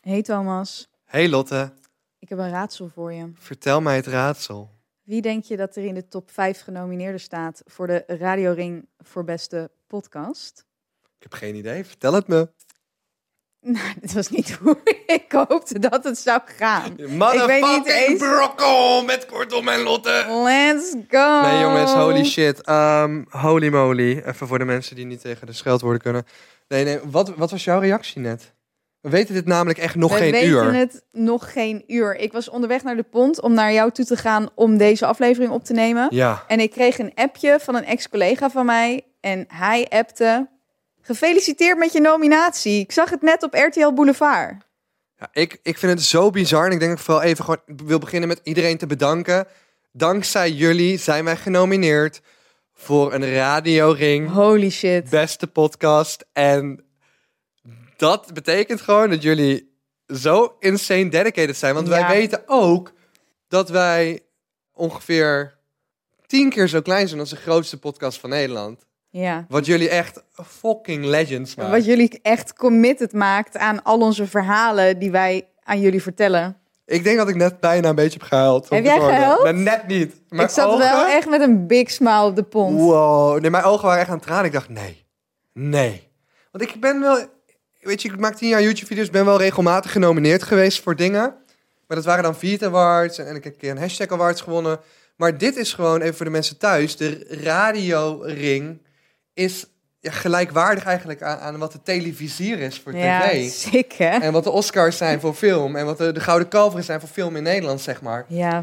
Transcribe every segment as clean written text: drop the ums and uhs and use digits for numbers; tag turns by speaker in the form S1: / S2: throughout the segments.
S1: Hey Thomas.
S2: Hey Lotte.
S1: Ik heb een raadsel voor je.
S2: Vertel mij het raadsel.
S1: Wie denk je dat er in de top 5 genomineerden staat voor de Radio Ring voor beste podcast?
S2: Ik heb geen idee. Vertel het me.
S1: Nou, dit was niet hoe ik hoopte dat het zou gaan.
S2: Motherfucking brokkel met Kortom en Lotte.
S1: Let's go.
S2: Nee jongens, holy shit. Holy moly. Even voor de mensen die niet tegen de scheldwoorden kunnen. Nee, wat was jouw reactie net? We weten dit namelijk echt nog geen uur.
S1: We weten het nog geen uur. Ik was onderweg naar de Pont om naar jou toe te gaan om deze aflevering op te nemen.
S2: Ja.
S1: En ik kreeg een appje van een ex-collega van mij. En hij appte: gefeliciteerd met je nominatie. Ik zag het net op RTL Boulevard.
S2: Ja, ik vind het zo bizar. En ik denk dat ik vooral even gewoon wil beginnen met iedereen te bedanken. Dankzij jullie zijn wij genomineerd voor een Radio Ring.
S1: Holy shit.
S2: Beste podcast. En dat betekent gewoon dat jullie zo insane dedicated zijn. Want wij weten ook dat wij ongeveer 10 keer zo klein zijn als de grootste podcast van Nederland.
S1: Ja.
S2: Wat jullie echt fucking legends maken.
S1: Wat jullie echt committed maakt aan al onze verhalen die wij aan jullie vertellen.
S2: Ik denk dat ik net bijna een beetje heb gehuild.
S1: Heb jij gehuild?
S2: Nee, net niet. Mijn
S1: ik zat
S2: ogen,
S1: wel echt met een big smile op de Pont.
S2: Wow. Nee, mijn ogen waren echt aan het tranen. Ik dacht, nee. Want ik ben wel... Weet je, ik maak 10 jaar YouTube-video's. Ben wel regelmatig genomineerd geweest voor dingen. Maar dat waren dan VIAT Awards. En ik heb een keer een Hashtag Awards gewonnen. Maar dit is gewoon, even voor de mensen thuis... De Radio Ring is gelijkwaardig eigenlijk aan wat de televisier is voor tv.
S1: Ja, sick hè? En
S2: wat de Oscars zijn voor film. En wat de Gouden Kalveren zijn voor film in Nederland, zeg maar.
S1: Ja.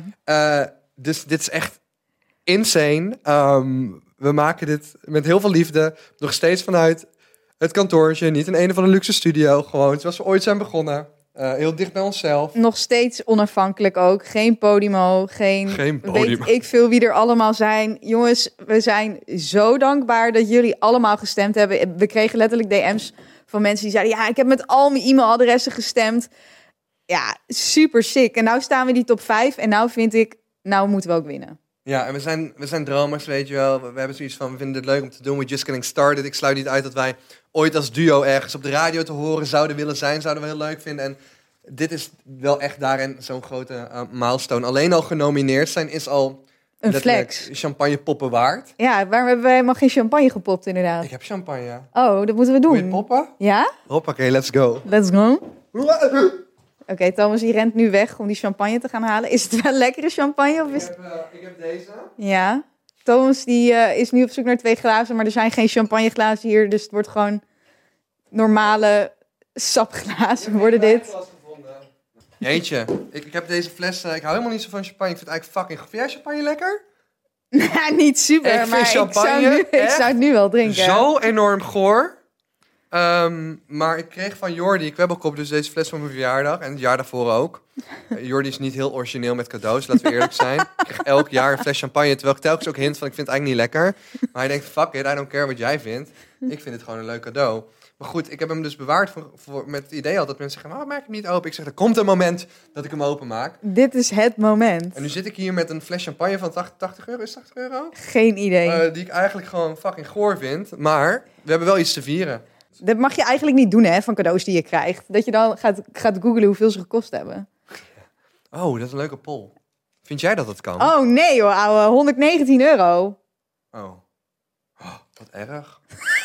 S2: Dus dit is echt insane. We maken dit met heel veel liefde. Nog steeds vanuit het kantoortje. Niet in een of andere luxe studio. Gewoon zoals we ooit zijn begonnen. Heel dicht bij onszelf.
S1: Nog steeds onafhankelijk ook. Geen Podimo. Geen
S2: Podimo.
S1: Weet ik veel wie er allemaal zijn. Jongens, we zijn zo dankbaar dat jullie allemaal gestemd hebben. We kregen letterlijk DM's van mensen die zeiden: ja, ik heb met al mijn e-mailadressen gestemd. Ja, super sick. En nou staan we in die top 5. En nou vind ik, nou moeten we ook winnen.
S2: Ja, en we zijn dromers, weet je wel. We hebben zoiets van, we vinden het leuk om te doen. We're just getting started. Ik sluit niet uit dat wij ooit als duo ergens op de radio te horen zouden willen zijn. Zouden we heel leuk vinden. En dit is wel echt daarin zo'n grote milestone. Alleen al genomineerd zijn is al
S1: een flex.
S2: Champagne poppen waard.
S1: Ja, waarom hebben wij helemaal geen champagne gepopt inderdaad?
S2: Ik heb champagne.
S1: Oh, dat moeten we doen.
S2: Moet je het poppen?
S1: Ja?
S2: Hoppakee, let's go.
S1: Let's go. Oké, Thomas die rent nu weg om die champagne te gaan halen. Is het wel lekkere champagne? Of is...
S2: Ik heb deze.
S1: Ja. Thomas die is nu op zoek naar 2 glazen, maar er zijn geen champagneglazen hier. Dus het wordt gewoon normale sapglazen worden dit.
S2: Jeetje, ik heb deze fles, ik hou helemaal niet zo van champagne. Ik vind het eigenlijk fucking goed. Vind jij champagne lekker?
S1: Nou, niet super, maar ik zou het nu wel drinken.
S2: Zo enorm goor. Maar ik kreeg van Jordi, ik kwebbelkop, dus deze fles van mijn verjaardag. En het jaar daarvoor ook. Jordi is niet heel origineel met cadeaus, laten we eerlijk zijn. Ik krijg elk jaar een fles champagne, terwijl ik telkens ook hint van ik vind het eigenlijk niet lekker. Maar hij denkt, fuck it, I don't care wat jij vindt. Ik vind het gewoon een leuk cadeau. Maar goed, ik heb hem dus bewaard met het idee al dat mensen zeggen, maak hem niet open. Ik zeg, er komt een moment dat ik hem open maak.
S1: Dit is het moment.
S2: En nu zit ik hier met een fles champagne van 80 euro. Is het 80 euro?
S1: Geen idee.
S2: Die ik eigenlijk gewoon fucking goor vind. Maar we hebben wel iets te vieren.
S1: Dat mag je eigenlijk niet doen, hè, van cadeaus die je krijgt. Dat je dan gaat googlen hoeveel ze gekost hebben.
S2: Oh, dat is een leuke poll. Vind jij dat het kan?
S1: Oh nee hoor, ouwe. 119 euro.
S2: Oh, wat erg.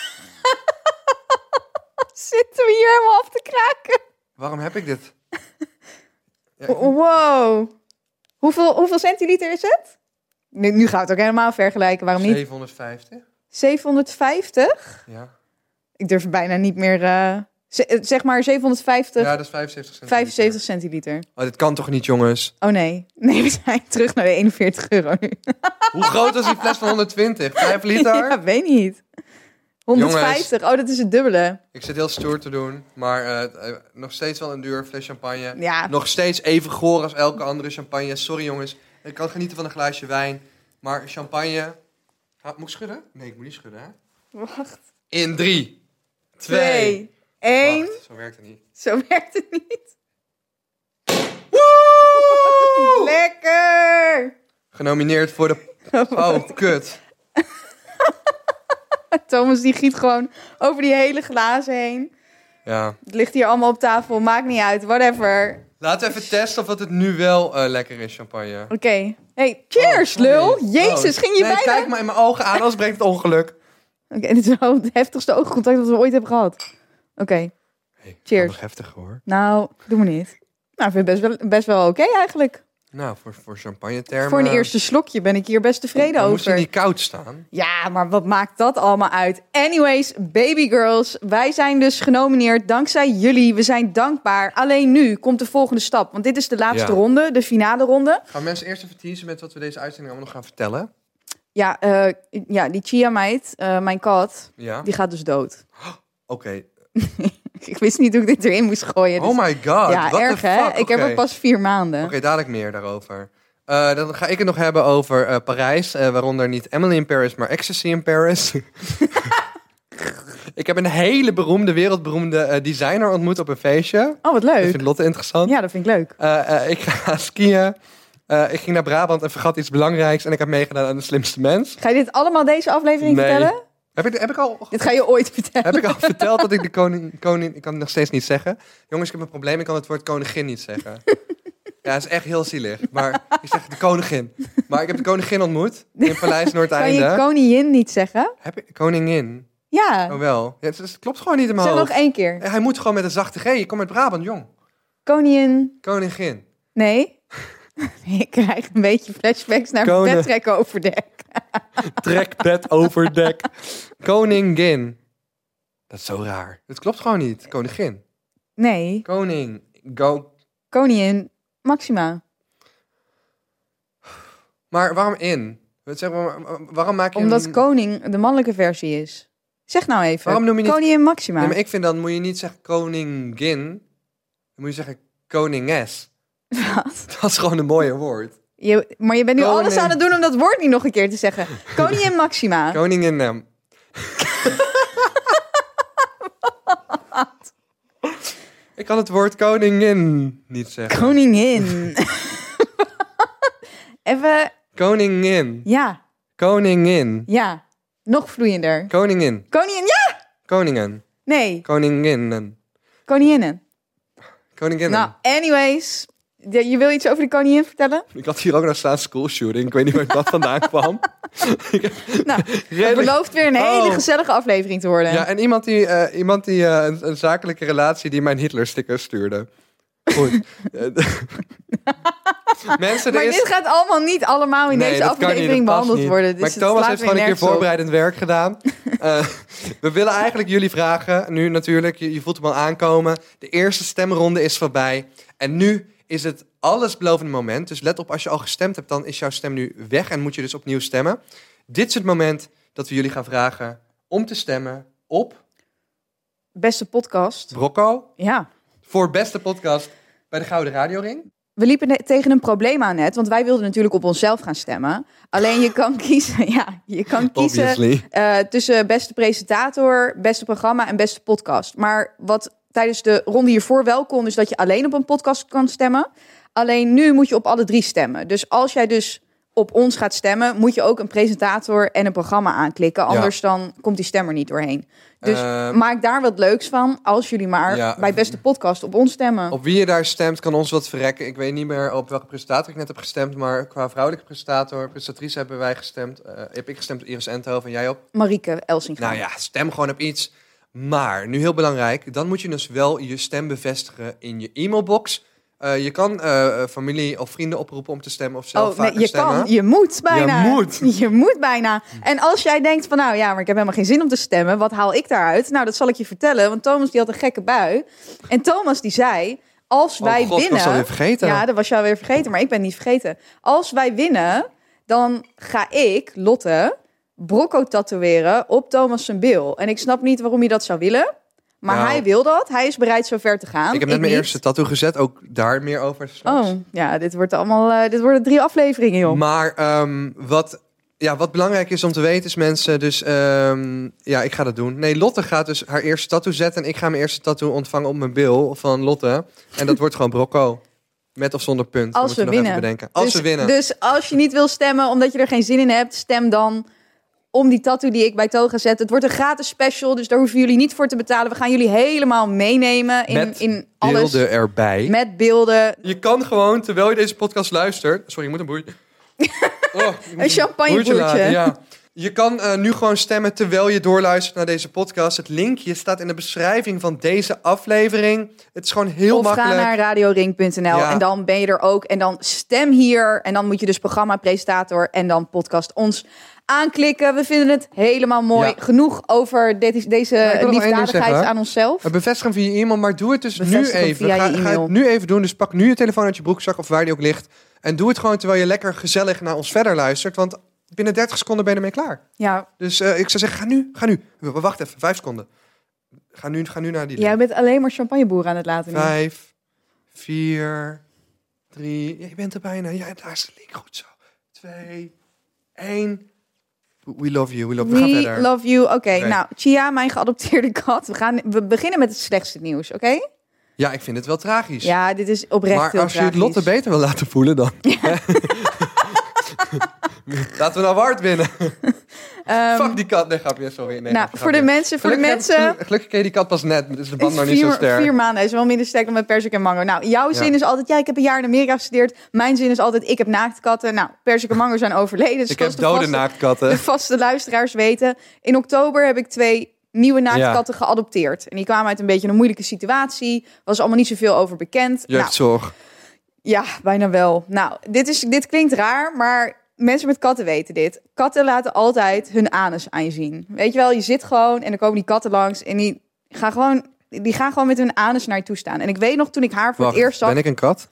S1: Zitten we hier helemaal af te kraken?
S2: Waarom heb ik dit? Ja,
S1: wow. Hoeveel centiliter is het? Nu gaan we het ook helemaal vergelijken. Waarom niet?
S2: 750.
S1: 750?
S2: Ja.
S1: Ik durf bijna niet meer... zeg maar 750...
S2: Ja, dat is 75 centiliter.
S1: 75 centiliter.
S2: Oh, dit kan toch niet, jongens?
S1: Oh nee. Nee, we zijn terug naar de 41 euro nu.
S2: Hoe groot was die fles van 120? 5 liter?
S1: Ja, weet niet. 150. Jongens, oh, dat is het dubbele.
S2: Ik zit heel stoer te doen, maar nog steeds wel een duur fles champagne.
S1: Ja.
S2: Nog steeds even goor als elke andere champagne. Sorry jongens, ik kan genieten van een glaasje wijn. Maar champagne... Moet ik schudden? Nee, ik moet niet schudden, hè?
S1: Wacht.
S2: In 3, 2,
S1: 1.
S2: Wacht, zo werkt het niet.
S1: Zo werkt het niet.
S2: Woe!
S1: Lekker!
S2: Genomineerd voor de... Oh, kut.
S1: Thomas die giet gewoon over die hele glazen heen.
S2: Ja.
S1: Het ligt hier allemaal op tafel. Maakt niet uit. Whatever.
S2: Laten we even testen of het nu wel lekker is, champagne.
S1: Oké. Hey, cheers, lul. Jezus, ging je bijna...
S2: Kijk maar in mijn ogen aan, anders brengt het ongeluk.
S1: Oké, dit is wel het heftigste oogcontact dat we ooit hebben gehad. Oké.
S2: Hey,
S1: Cheers.
S2: Nog heftiger hoor.
S1: Nou, doe maar niet. Nou, ik vind het best wel oké eigenlijk.
S2: Nou, voor champagne-termen...
S1: Voor een eerste slokje ben ik hier best tevreden
S2: Dan moest hij
S1: over.
S2: niet koud staan.
S1: Ja, maar wat maakt dat allemaal uit? Anyways, baby girls, wij zijn dus genomineerd dankzij jullie. We zijn dankbaar. Alleen nu komt de volgende stap. Want dit is de laatste ronde, de finale ronde.
S2: Gaan mensen eerst even teasen met wat we deze uitzending allemaal nog gaan vertellen?
S1: Ja, die Chia meid, mijn kat,
S2: Ja.
S1: die gaat dus dood.
S2: Oké.
S1: Ik wist niet hoe ik dit erin moest gooien. Dus...
S2: Oh my god.
S1: Ja,
S2: what
S1: erg
S2: the
S1: hè?
S2: fuck?
S1: Ik heb er pas 4 maanden.
S2: Oké, dadelijk meer daarover. Dan ga ik het nog hebben over Parijs. Waaronder niet Emily in Paris, maar Ecstasy in Paris. Ik heb een hele beroemde, wereldberoemde designer ontmoet op een feestje.
S1: Oh, wat
S2: Dat
S1: leuk.
S2: vindt Lotte interessant.
S1: Ja, dat vind ik leuk.
S2: Ik ga skiën. Ik ging naar Brabant en vergat iets belangrijks. En ik heb meegedaan aan De Slimste Mens.
S1: Ga je dit allemaal deze aflevering
S2: Nee.
S1: vertellen?
S2: Heb ik al...
S1: Dit ga je ooit vertellen.
S2: Heb ik al verteld dat ik de koning... Ik kan het nog steeds niet zeggen. Jongens, ik heb een probleem. Ik kan het woord koningin niet zeggen. Ja, het is echt heel zielig. Maar ik zeg de koningin. Maar ik heb de koningin ontmoet in Paleis
S1: Kan
S2: Noordeinde.
S1: je koningin niet zeggen?
S2: Heb ik koningin?
S1: Ja.
S2: Oh wel. Ja, het klopt gewoon niet in mijn
S1: Zeg
S2: hoofd.
S1: nog 1 keer.
S2: Hij moet gewoon met een zachte G. Je komt uit Brabant, jong.
S1: Koningin.
S2: Koningin.
S1: Nee. Ik krijg een beetje flashbacks naar
S2: Koning.
S1: bedtrekken over dek.
S2: Trekbed over dek. Koningin. Dat is zo raar. Het klopt gewoon niet. Koningin.
S1: Nee.
S2: Koning.
S1: Koningin Maxima.
S2: Maar waarom in? Waarom maak je
S1: Omdat koning de mannelijke versie is. Zeg nou even.
S2: Waarom noem je niet-
S1: Koningin Maxima.
S2: Nee, maar ik vind dan moet je niet zeggen koningin. Dan moet je zeggen koninges.
S1: Wat?
S2: Dat is gewoon een mooier woord.
S1: Maar je bent nu
S2: Koning.
S1: alles aan het doen om dat woord niet nog een keer te zeggen. Koningin Maxima.
S2: Koningin. Ik kan het woord koningin niet zeggen.
S1: Koningin. Even.
S2: Koningin.
S1: Ja.
S2: Koningin.
S1: Ja. Nog vloeiender.
S2: Koningin.
S1: Koningin. Ja.
S2: Koningen.
S1: Nee.
S2: Koninginnen.
S1: Koninginnen.
S2: Koninginnen.
S1: Nou, anyways. Je wil iets over de koningin vertellen?
S2: Ik had hier ook nog staan schoolshooting. Ik weet niet waar dat vandaan kwam.
S1: Nou, het belooft weer een hele gezellige aflevering te worden.
S2: Ja, en iemand die een zakelijke relatie die mijn Hitler-sticker stuurde. Goed. Mensen,
S1: Maar dit gaat allemaal niet allemaal in deze aflevering behandeld worden. Dus
S2: maar
S1: het
S2: Thomas
S1: slaat
S2: heeft
S1: weer
S2: gewoon een keer
S1: nergens op.
S2: voorbereidend werk gedaan. We willen eigenlijk jullie vragen. Nu natuurlijk, je voelt hem al aankomen. De eerste stemronde is voorbij. En nu is het allesbelovende moment. Dus let op, als je al gestemd hebt, dan is jouw stem nu weg. En moet je dus opnieuw stemmen. Dit is het moment dat we jullie gaan vragen om te stemmen op...
S1: Beste podcast.
S2: Brocco.
S1: Ja.
S2: Voor beste podcast bij de Gouden Radioring.
S1: We liepen tegen een probleem aan net, want wij wilden natuurlijk op onszelf gaan stemmen. Alleen je kan kiezen, je kan kiezen
S2: Obviously.
S1: tussen beste presentator, beste programma en beste podcast. Maar wat tijdens de ronde hiervoor wel kon, is dat je alleen op een podcast kan stemmen. Alleen nu moet je op alle 3 stemmen. Dus als jij dus op ons gaat stemmen, moet je ook een presentator en een programma aanklikken. Anders dan komt die stem er niet doorheen. Dus maak daar wat leuks van, als jullie maar bij beste podcast op ons stemmen.
S2: Op wie je daar stemt, kan ons wat verrekken. Ik weet niet meer op welke presentator ik net heb gestemd, maar qua vrouwelijke presentatrice hebben wij gestemd. Heb ik gestemd op Iris Enthoven en jij op?
S1: Marieke Elsinga.
S2: Nou ja, stem gewoon op iets. Maar, nu heel belangrijk, dan moet je dus wel je stem bevestigen in je e-mailbox. Je kan familie of vrienden oproepen om te stemmen of zelf vaker stemmen.
S1: Je moet bijna.
S2: Je moet.
S1: Je moet bijna. En als jij denkt van nou ja, maar ik heb helemaal geen zin om te stemmen. Wat haal ik daaruit? Nou, dat zal ik je vertellen. Want Thomas die had een gekke bui. En Thomas die zei, als wij
S2: God,
S1: winnen...
S2: was dat alweer vergeten?
S1: Ja, dat was je alweer vergeten. Maar ik ben niet vergeten. Als wij winnen, dan ga ik, Lotte, Brocco tatoeëren op Thomas zijn bil. En ik snap niet waarom je dat zou willen. Maar
S2: Nou,
S1: hij wil dat. Hij is bereid zo ver te gaan.
S2: Ik heb net mijn
S1: niet.
S2: eerste tattoo gezet. Ook daar meer over straks.
S1: Oh, ja, dit wordt allemaal... dit worden 3 afleveringen, joh.
S2: Maar wat belangrijk is om te weten is mensen... Dus ik ga dat doen. Nee, Lotte gaat dus haar eerste tattoo zetten. En ik ga mijn eerste tattoo ontvangen op mijn bil van Lotte. En dat wordt gewoon Brocco. Met of zonder punt.
S1: Als we winnen.
S2: Als
S1: Dus,
S2: we winnen.
S1: Dus als je niet wil stemmen omdat je er geen zin in hebt, stem dan om die tattoo die ik bij To ga zetten. Het wordt een gratis special, dus daar hoeven jullie niet voor te betalen. We gaan jullie helemaal meenemen in alles.
S2: Beelden erbij.
S1: Met beelden.
S2: Je kan gewoon, terwijl je deze podcast luistert... Sorry, ik moet een boei.
S1: Een champagneboertje.
S2: Ja. Je kan nu gewoon stemmen terwijl je doorluistert naar deze podcast. Het linkje staat in de beschrijving van deze aflevering. Het is gewoon heel makkelijk.
S1: Of ga naar radioring.nl en dan ben je er ook. En dan stem hier. En dan moet je dus programma, presentator en dan podcast ons aanklikken. We vinden het helemaal mooi. Ja. Genoeg over deze liefdadigheid aan onszelf.
S2: Bevestigen via je e-mail, maar doe het dus nu even. Ga het nu even doen. Dus pak nu je telefoon uit je broekzak of waar die ook ligt. En doe het gewoon terwijl je lekker gezellig naar ons verder luistert. Want binnen 30 seconden ben je ermee klaar.
S1: Ja.
S2: Dus ik zou zeggen, ga nu. Wacht even, 5 seconden. Ga nu naar die.
S1: Jij bent alleen maar champagneboer aan het laten.
S2: 5, 4, 3. Ja, je bent er bijna. Ja, daar is de link. Goed zo. 2, 1. We love you. We gaan verder.
S1: We love you. Oké, nou, Chia, mijn geadopteerde kat. We beginnen met het slechtste nieuws, oké?
S2: Ja, ik vind het wel tragisch.
S1: Ja, dit is oprecht heel tragisch.
S2: Maar als je het Lotte beter wil laten voelen dan... Ja. Laten we nou Ward winnen. Fuck die kat. Nee, grapje. Sorry. Nee,
S1: nou, voor de mensen...
S2: Gelukkig ken je die kat pas net. Dus de band nog niet zo sterk.
S1: 4 maanden. Is wel minder sterk dan met Persik en Mango. Nou, jouw zin is altijd... Ja, ik heb een jaar in Amerika gestudeerd. Mijn zin is altijd... Ik heb naaktkatten. Nou, Persik en Mango zijn overleden. Dus
S2: ik heb dode naaktkatten.
S1: De vaste luisteraars weten. In oktober heb ik 2 nieuwe naaktkatten geadopteerd. En die kwamen uit een beetje een moeilijke situatie. Was allemaal niet zoveel over bekend.
S2: Jeugdzorg. Nou,
S1: ja, bijna wel. Nou, dit klinkt raar, maar... Mensen met katten weten dit. Katten laten altijd hun anus aan je zien. Weet je wel, je zit gewoon en dan komen die katten langs en die gaan gewoon met hun anus naar je toe staan. En ik weet nog toen ik haar voor het eerst zag...
S2: Ben ik een kat?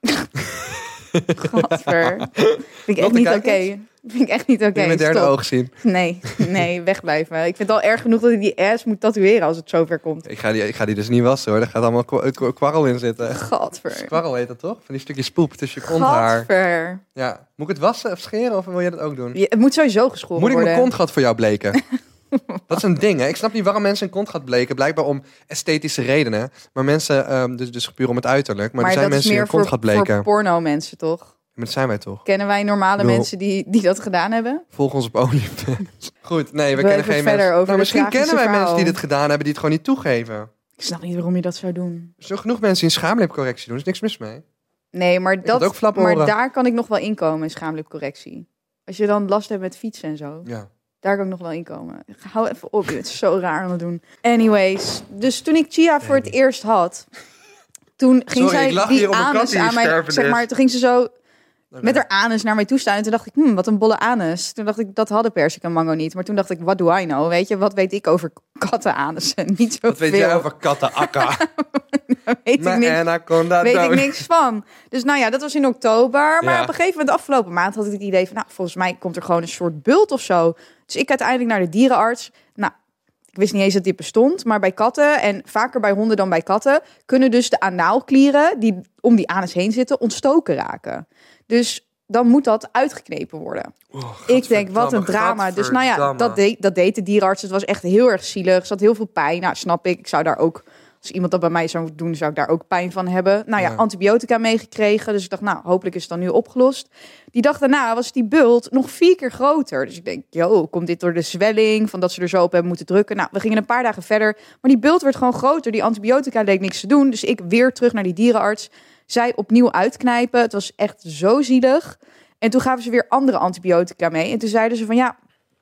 S1: Godver. Vind ik echt niet oké. Vind ik echt niet oké.
S2: Wil je mijn derde oog zien?
S1: Nee, wegblijven. Ik vind het al erg genoeg dat ik die ass moet tatoeëren als het zover komt.
S2: Ik ga die dus niet wassen hoor. Er gaat allemaal kwarrel in zitten.
S1: Godver.
S2: Kwarrel heet dat toch? Van die stukjes poep tussen je konthaar.
S1: Godver.
S2: Ja. Moet ik het wassen of scheren of wil jij dat ook doen?
S1: Ja, het moet sowieso geschoren worden.
S2: Moet ik mijn kontgat voor jou bleken? Dat is een ding, hè? Ik snap niet waarom mensen een kontgat bleken. Blijkbaar om esthetische redenen. Maar mensen, dus puur om het uiterlijk. Maar er zijn mensen die een kontgat bleken. Maar
S1: dat is meer voor porno mensen, toch?
S2: Maar dat zijn wij toch?
S1: Kennen wij normale mensen die dat gedaan hebben?
S2: Volg ons op OnlyFans. Goed, nee, we kennen geen mensen. Nou, misschien kennen wij mensen die dit gedaan hebben, die het gewoon niet toegeven.
S1: Ik snap niet waarom je dat zou doen.
S2: Er zijn genoeg mensen die een schaamlipcorrectie doen. Er is niks mis mee.
S1: Nee, maar daar kan ik nog wel inkomen, in schaamlipcorrectie. Als je dan last hebt met fietsen en zo.
S2: Ja.
S1: Daar kan ik nog wel inkomen. Hou even op, het is zo raar aan het doen. Anyways, dus toen ik Chia voor het eerst had... Toen ging zij die anus aan mij... Zeg maar, toen ging ze zo... Met haar anus naar mij toe staan. En toen dacht ik, wat een bolle anus. Toen dacht ik, dat hadden Persik en Mango niet. Maar toen dacht ik, what do I know? Weet je, wat weet ik over kattenanussen? Niet zoveel.
S2: Wat weet jij over kattenakka?
S1: weet ik niks van. Dus nou ja, dat was in oktober. Maar op een gegeven moment, de afgelopen maand, had ik het idee van... Nou, volgens mij komt er gewoon een soort bult of zo. Dus ik uiteindelijk naar de dierenarts. Nou, ik wist niet eens dat dit bestond. Maar bij katten, en vaker bij honden dan bij katten... kunnen dus de anaalklieren die om die anus heen zitten ontstoken raken. Dus dan moet dat uitgeknepen worden. Ik denk, wat een drama. Dus nou ja, dat deed de dierenarts. Het was echt heel erg zielig. Er zat heel veel pijn. Nou, snap ik. Ik zou daar ook, als iemand dat bij mij zou doen, zou ik daar ook pijn van hebben. Nou ja, antibiotica meegekregen. Dus ik dacht, nou, hopelijk is het dan nu opgelost. Die dag daarna was die bult nog 4 keer groter. Dus ik denk, komt dit door de zwelling? Van dat ze er zo op hebben moeten drukken. Nou, we gingen een paar dagen verder. Maar die bult werd gewoon groter. Die antibiotica leek niks te doen. Dus ik weer terug naar die dierenarts. Zij opnieuw uitknijpen. Het was echt zo zielig. En toen gaven ze weer andere antibiotica mee. En toen zeiden ze van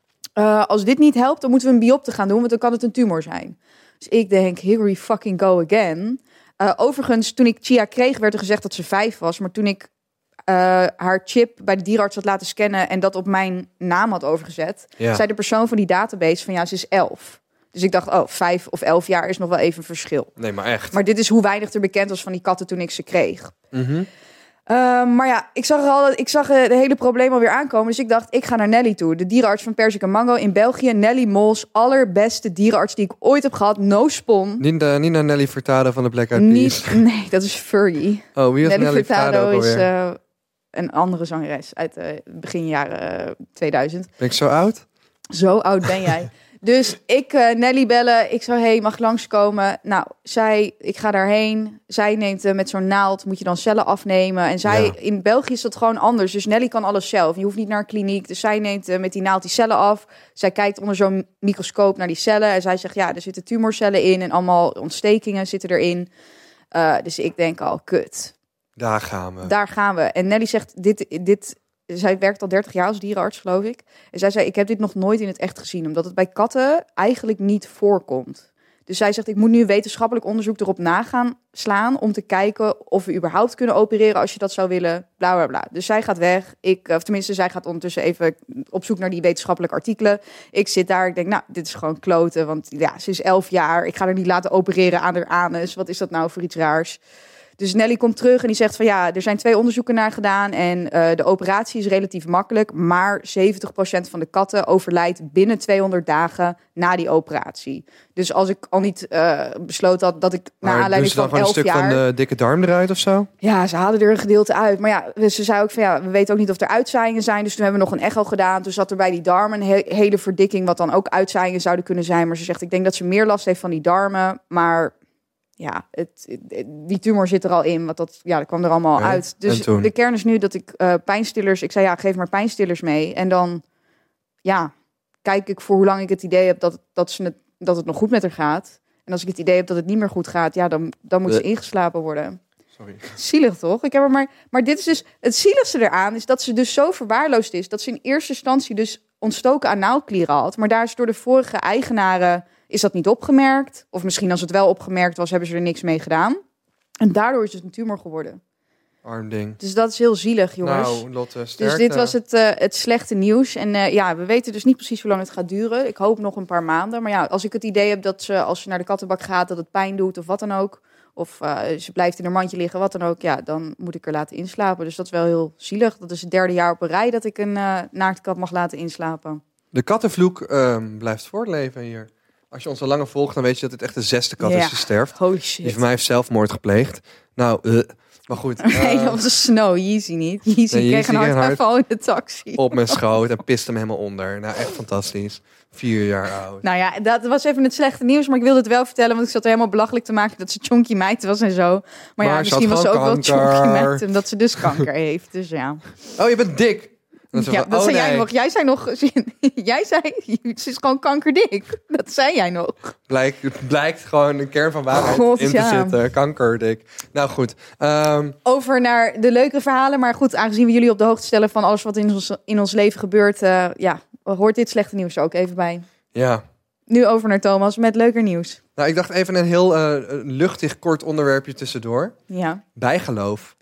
S1: als dit niet helpt, dan moeten we een biopsie gaan doen, want dan kan het een tumor zijn. Dus ik denk, here we fucking go again. Overigens, toen ik Chia kreeg, werd er gezegd dat ze 5 was. Maar toen ik haar chip bij de dierenarts had laten scannen en dat op mijn naam had overgezet, zei de persoon van die database van ze is 11. Dus ik dacht, 5 of 11 jaar is nog wel even een verschil.
S2: Nee, maar echt.
S1: Maar dit is hoe weinig er bekend was van die katten toen ik ze kreeg.
S2: Mm-hmm.
S1: Maar ja, ik zag het hele probleem alweer aankomen. Dus ik dacht, ik ga naar Nelly toe. De dierenarts van Persik en Mango in België. Nelly Mols, allerbeste dierenarts die ik ooit heb gehad. No spon.
S2: Niet naar Nelly Furtado van de Black Eyed Peas.
S1: Nee, dat is Fergie.
S2: Oh, wie is Nelly Furtado
S1: is een andere zangeres uit begin jaren 2000.
S2: Ben ik zo oud?
S1: Zo oud ben jij. Dus ik Nelly bellen. Ik zou, hey, mag ik langskomen? Nou, ik ga daarheen. Zij neemt met zo'n naald, moet je dan cellen afnemen. En in België is dat gewoon anders. Dus Nelly kan alles zelf. Je hoeft niet naar een kliniek. Dus zij neemt met die naald die cellen af. Zij kijkt onder zo'n microscoop naar die cellen. En zij zegt, ja, er zitten tumorcellen in. En allemaal ontstekingen zitten erin. Dus ik denk al, kut.
S2: Daar gaan we.
S1: En Nelly zegt, zij werkt al 30 jaar als dierenarts, geloof ik. En zij zei, ik heb dit nog nooit in het echt gezien. Omdat het bij katten eigenlijk niet voorkomt. Dus zij zegt, ik moet nu wetenschappelijk onderzoek erop nagaan slaan... om te kijken of we überhaupt kunnen opereren als je dat zou willen. Bla, bla, bla. Dus zij gaat weg. Zij gaat ondertussen even op zoek naar die wetenschappelijke artikelen. Ik zit daar, ik denk, nou, dit is gewoon kloten. Want ja, ze is 11 jaar. Ik ga haar niet laten opereren aan haar anus. Wat is dat nou voor iets raars? Dus Nelly komt terug en die zegt van ja, er zijn 2 onderzoeken naar gedaan en de operatie is relatief makkelijk, maar 70% van de katten overlijdt binnen 200 dagen na die operatie. Dus als ik al niet besloten had dat ik naar aanleiding van 11 jaar...
S2: een stuk van de dikke darm eruit of zo?
S1: Ja, ze halen er een gedeelte uit. Maar ja, ze zei ook van ja, we weten ook niet of er uitzaaiingen zijn. Dus toen hebben we nog een echo gedaan. Toen zat er bij die darmen een hele verdikking, wat dan ook uitzaaiingen zouden kunnen zijn. Maar ze zegt, ik denk dat ze meer last heeft van die darmen, maar... Ja, die tumor zit er al in, want dat kwam er allemaal uit. Dus de kern is nu dat ik pijnstillers... Ik zei, ja, geef maar pijnstillers mee. En dan, kijk ik voor hoe lang ik het idee heb dat het nog goed met haar gaat. En als ik het idee heb dat het niet meer goed gaat, dan moet ze ingeslapen worden.
S2: Sorry.
S1: Zielig, toch? Ik heb er maar dit is dus... Het zieligste eraan is dat ze dus zo verwaarloosd is... dat ze in eerste instantie dus ontstoken anaalklieren had. Maar daar is door de vorige eigenaren... is dat niet opgemerkt. Of misschien als het wel opgemerkt was, hebben ze er niks mee gedaan. En daardoor is het een tumor geworden.
S2: Arm ding.
S1: Dus dat is heel zielig, jongens.
S2: Nou, Lotte, sterkte.
S1: Dus dit was het slechte nieuws. En we weten dus niet precies hoe lang het gaat duren. Ik hoop nog een paar maanden. Maar ja, als ik het idee heb dat als ze naar de kattenbak gaat... dat het pijn doet of wat dan ook... of ze blijft in haar mandje liggen, wat dan ook... ja, dan moet ik er laten inslapen. Dus dat is wel heel zielig. Dat is het 3e jaar op een rij dat ik een naaktkat mag laten inslapen.
S2: De kattenvloek blijft voortleven hier. Als je ons al langer volgt, dan weet je dat het echt de 6e kat is gesterft.
S1: Holy shit.
S2: Die van mij heeft zelfmoord gepleegd. Nou, maar goed.
S1: Nee, dat was een Snow. Yeezy niet. Yeezy kreeg een hartaanval in de taxi.
S2: Op mijn schoot en piste hem helemaal onder. Nou, echt fantastisch. 4 jaar oud.
S1: Nou ja, dat was even het slechte nieuws. Maar ik wilde het wel vertellen, want ik zat er helemaal belachelijk te maken... dat ze chonky meid was en zo. Maar ja, misschien was ze ook wel chonky meid... omdat ze dus kanker heeft. Dus ja.
S2: Oh, je bent dik.
S1: Dat zei jij nog. Jij zei nog... Jij zei, ze is gewoon kankerdik. Dat zei jij nog.
S2: Blijkt gewoon een kern van waarheid in te zitten. Kankerdik. Nou goed.
S1: Over naar de leuke verhalen. Maar goed, aangezien we jullie op de hoogte stellen... van alles wat in ons leven gebeurt... hoort dit slechte nieuws er ook even bij.
S2: Ja.
S1: Nu over naar Thomas met leuker nieuws.
S2: Nou, ik dacht even een heel luchtig kort onderwerpje tussendoor.
S1: Ja.
S2: Bijgeloof.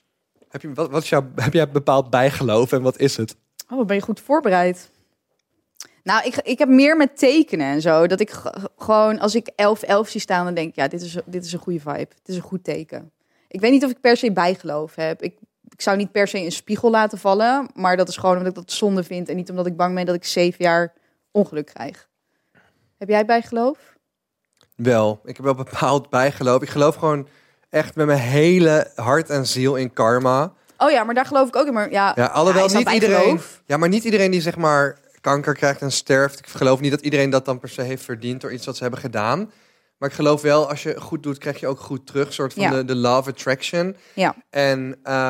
S2: Heb jij bepaald bijgeloof en wat is het?
S1: Oh, ben je goed voorbereid? Nou, ik heb meer met tekenen en zo. Dat ik gewoon, als ik 11-11 zie staan, dan denk ik... ja, dit is een goede vibe. Het is een goed teken. Ik weet niet of ik per se bijgeloof heb. Ik zou niet per se een spiegel laten vallen. Maar dat is gewoon omdat ik dat zonde vind. En niet omdat ik bang ben dat ik 7 jaar ongeluk krijg. Heb jij bijgeloof?
S2: Wel, ik heb wel bepaald bijgeloof. Ik geloof gewoon echt met mijn hele hart en ziel in karma.
S1: Oh ja, maar daar geloof ik ook in. Maar
S2: alhoewel niet iedereen... Ja, maar niet iedereen die zeg maar kanker krijgt en sterft. Ik geloof niet dat iedereen dat dan per se heeft verdiend door iets wat ze hebben gedaan. Maar ik geloof wel, als je goed doet, krijg je ook goed terug. Een soort van de law of attraction.
S1: Ja.
S2: En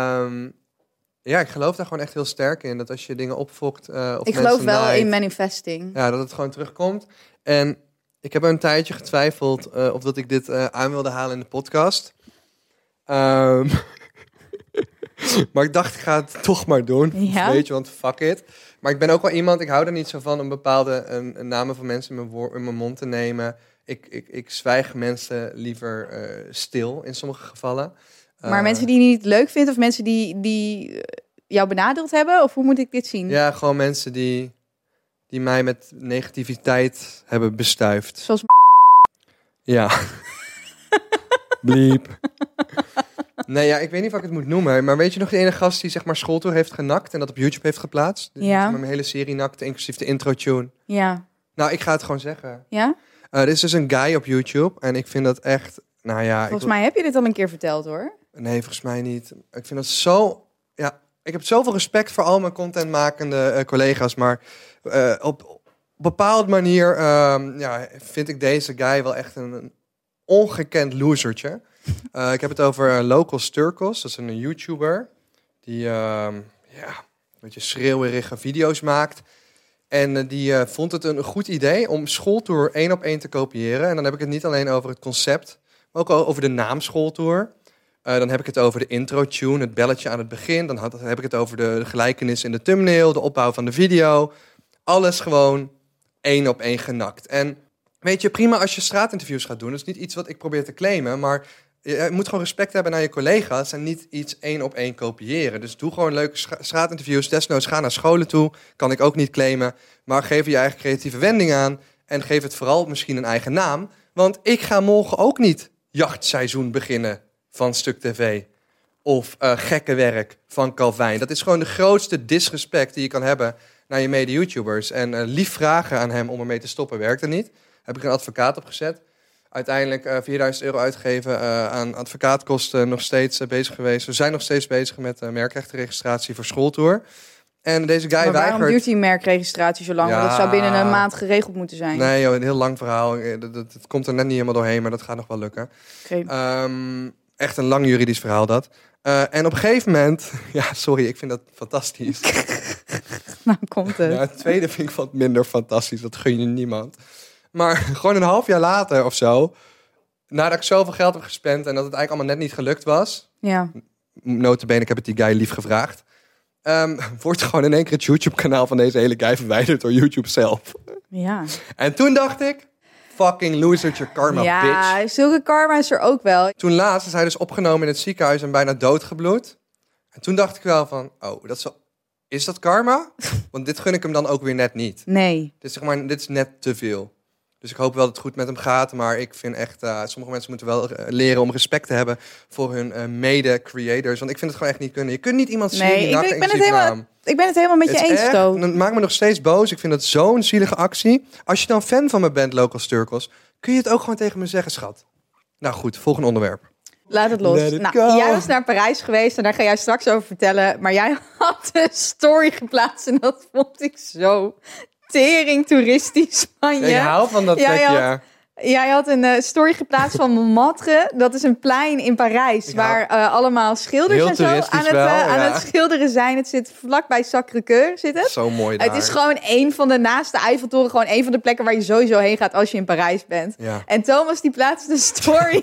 S2: ik geloof daar gewoon echt heel sterk in. Dat als je dingen opfokt of
S1: ik geloof wel in manifesting.
S2: Ja, dat het gewoon terugkomt. En ik heb een tijdje getwijfeld of dat ik dit aan wilde halen in de podcast. Maar ik dacht, ik ga het toch maar doen.
S1: Ja?
S2: Weet je, want fuck it. Maar ik ben ook wel iemand, ik hou er niet zo van om bepaalde namen van mensen in mijn mond te nemen. Ik zwijg mensen liever stil in sommige gevallen.
S1: Maar mensen die je niet leuk vindt of mensen die jou benadeeld hebben? Of hoe moet ik dit zien?
S2: Ja, gewoon mensen die mij met negativiteit hebben bestuift.
S1: Zoals
S2: ja. Bliep. Nee, ja, ik weet niet wat ik het moet noemen. Maar weet je nog de ene gast die zeg maar schooltour heeft genakt en dat op YouTube heeft geplaatst?
S1: Ja.
S2: Mijn hele serie nakte, inclusief de intro-tune.
S1: Ja.
S2: Nou, ik ga het gewoon zeggen.
S1: Ja?
S2: Er is dus een guy op YouTube en ik vind dat echt... Nou ja,
S1: volgens mij heb je dit al een keer verteld, hoor.
S2: Nee, volgens mij niet. Ik vind dat zo... Ja, ik heb zoveel respect voor al mijn contentmakende collega's, maar Op een bepaalde manier vind ik deze guy wel echt een ongekend losertje. Ik heb het over Local Sturkos. Dat is een YouTuber die een beetje schreeuwerige video's maakt. En die vond het een goed idee om Schooltour 1-op-1 te kopiëren. En dan heb ik het niet alleen over het concept, maar ook over de naam Schooltour. Dan heb ik het over de intro-tune, het belletje aan het begin. Dan heb ik het over de gelijkenis in de thumbnail, de opbouw van de video. Alles gewoon 1-op-1 genakt. En weet je, prima als je straatinterviews gaat doen. Dat is niet iets wat ik probeer te claimen, maar je moet gewoon respect hebben naar je collega's en niet iets 1-op-1 kopiëren. Dus doe gewoon leuke straatinterviews. Desnoods ga naar scholen toe. Kan ik ook niet claimen. Maar geef je eigen creatieve wending aan. En geef het vooral misschien een eigen naam. Want ik ga morgen ook niet jachtseizoen beginnen van Stuk TV. Of gekke werk van Calvijn. Dat is gewoon de grootste disrespect die je kan hebben naar je mede-YouTubers. En lief vragen aan hem om ermee te stoppen werkte niet. Heb ik een advocaat opgezet. Uiteindelijk 4.000 euro uitgegeven aan advocaatkosten, nog steeds bezig geweest. We zijn nog steeds bezig met merkrechtenregistratie voor Schooltour. En deze guy weigert. Waarom
S1: duurt die merkregistratie zo lang? Ja, dat zou binnen een maand geregeld moeten zijn.
S2: Nee joh, een heel lang verhaal. Het komt er net niet helemaal doorheen, maar dat gaat nog wel lukken. Okay. Echt een lang juridisch verhaal dat. En op een gegeven moment, ja sorry, ik vind dat fantastisch.
S1: Nou komt het.
S2: Ja, het tweede vind ik wat minder fantastisch, dat gun je niemand. Maar gewoon een half jaar later of zo, nadat ik zoveel geld heb gespend en dat het eigenlijk allemaal net niet gelukt was.
S1: Ja.
S2: Nota bene, ik heb het die guy lief gevraagd. Wordt gewoon in één keer het YouTube-kanaal van deze hele guy verwijderd door YouTube zelf.
S1: Ja.
S2: En toen dacht ik, fucking losertje karma, bitch.
S1: Ja, zulke karma is er ook wel.
S2: Toen laatst is hij dus opgenomen in het ziekenhuis en bijna doodgebloed. En toen dacht ik wel van, is dat karma? Want dit gun ik hem dan ook weer net niet.
S1: Nee.
S2: Dit is net te veel. Dus ik hoop wel dat het goed met hem gaat. Maar ik vind echt, sommige mensen moeten wel leren om respect te hebben voor hun mede-creators. Want ik vind het gewoon echt niet kunnen. Je kunt niet iemand zien die nakt en
S1: ik ben het helemaal met je eens, Toon.
S2: Het maakt me nog steeds boos. Ik vind het zo'n zielige actie. Als je dan fan van me bent, Local Sturkos, kun je het ook gewoon tegen me zeggen, schat. Nou goed, volgende onderwerp.
S1: Laat het los. Jij was naar Parijs geweest en daar ga jij straks over vertellen. Maar jij had een story geplaatst en dat vond ik zo tering toeristisch van je.
S2: Ik hou van dat plekje.
S1: Jij had een story geplaatst van Montmartre. Dat is een plein in Parijs waar allemaal schilders en zo aan het schilderen zijn. Het zit vlakbij Sacré-Cœur, zit het.
S2: Zo mooi daar.
S1: Het is gewoon een van de, naast de Eiffeltoren, gewoon een van de plekken waar je sowieso heen gaat als je in Parijs bent.
S2: Ja.
S1: En Thomas die plaatst een story